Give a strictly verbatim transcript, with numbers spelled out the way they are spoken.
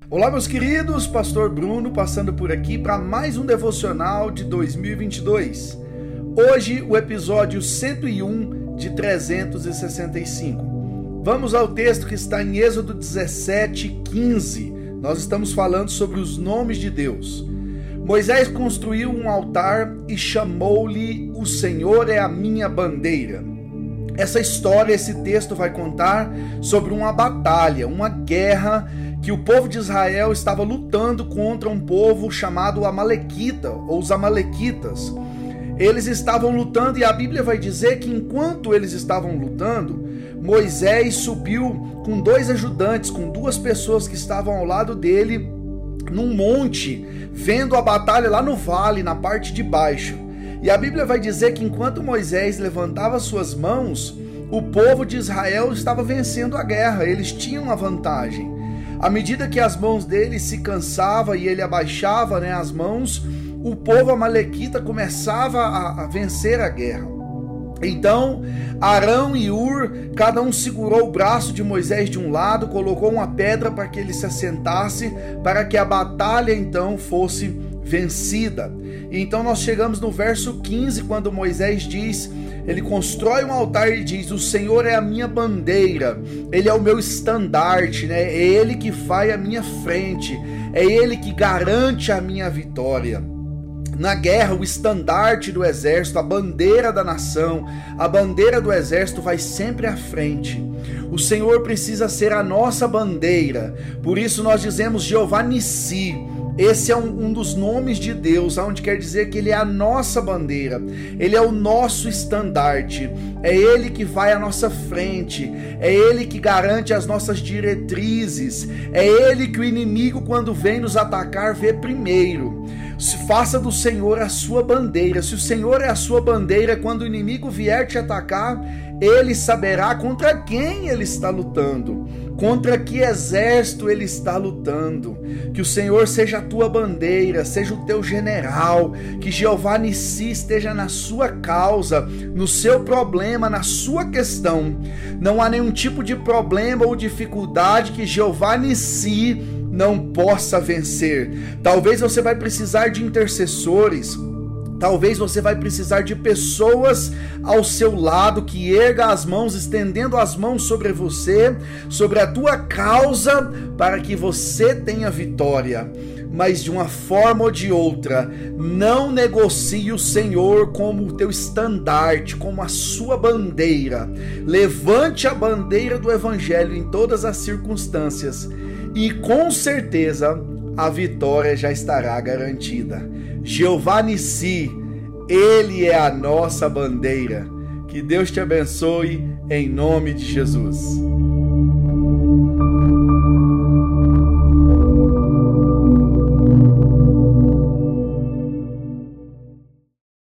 Olá, meus queridos, Pastor Bruno passando por aqui para mais um devocional de dois mil e vinte e dois. Hoje o episódio cento e um de trezentos e sessenta e cinco. Vamos ao texto que está em Êxodo dezessete, quinze. Nós estamos falando sobre os nomes de Deus. Moisés construiu um altar e chamou-lhe "O Senhor é a minha bandeira". Essa história, esse texto vai contar sobre uma batalha, uma guerra que o povo de Israel estava lutando contra um povo chamado Amalequita, ou os Amalequitas. Eles estavam lutando e a Bíblia vai dizer que enquanto eles estavam lutando, Moisés subiu com dois ajudantes, com duas pessoas que estavam ao lado dele, num monte, vendo a batalha lá no vale, na parte de baixo. E a Bíblia vai dizer que enquanto Moisés levantava suas mãos, o povo de Israel estava vencendo a guerra, eles tinham a vantagem. À medida que as mãos dele se cansavam e ele abaixava, né, as mãos, o povo amalequita começava a, a vencer a guerra. Então, Arão e Ur, cada um segurou o braço de Moisés de um lado, colocou uma pedra para que ele se assentasse, para que a batalha então fosse vencida. Então nós chegamos no verso quinze, quando Moisés diz, ele constrói um altar e diz: "O Senhor é a minha bandeira, Ele é o meu estandarte, né? É Ele que vai à minha frente, é Ele que garante a minha vitória". Na guerra, o estandarte do exército, a bandeira da nação, a bandeira do exército vai sempre à frente. O Senhor precisa ser a nossa bandeira, por isso nós dizemos Jeová Nissi. Esse é um, um dos nomes de Deus, onde quer dizer que Ele é a nossa bandeira, Ele é o nosso estandarte, é Ele que vai à nossa frente, é Ele que garante as nossas diretrizes, é Ele que o inimigo, quando vem nos atacar, vê primeiro. Se faça do Senhor a sua bandeira. Se o Senhor é a sua bandeira, quando o inimigo vier te atacar, ele saberá contra quem ele está lutando, contra que exército ele está lutando. Que o Senhor seja a tua bandeira, seja o teu general, que Jeová Nissi esteja na sua causa, no seu problema, na sua questão. Não há nenhum tipo de problema ou dificuldade que Jeová Nissi não possa vencer. Talvez você vai precisar de intercessores, talvez você vai precisar de pessoas ao seu lado que erga as mãos, estendendo as mãos sobre você, sobre a tua causa, para que você tenha vitória. Mas de uma forma ou de outra, não negocie o Senhor como o teu estandarte, como a sua bandeira. Levante a bandeira do Evangelho em todas as circunstâncias e com certeza a vitória já estará garantida. Jeová Nissi, Ele é a nossa bandeira. Que Deus te abençoe em nome de Jesus.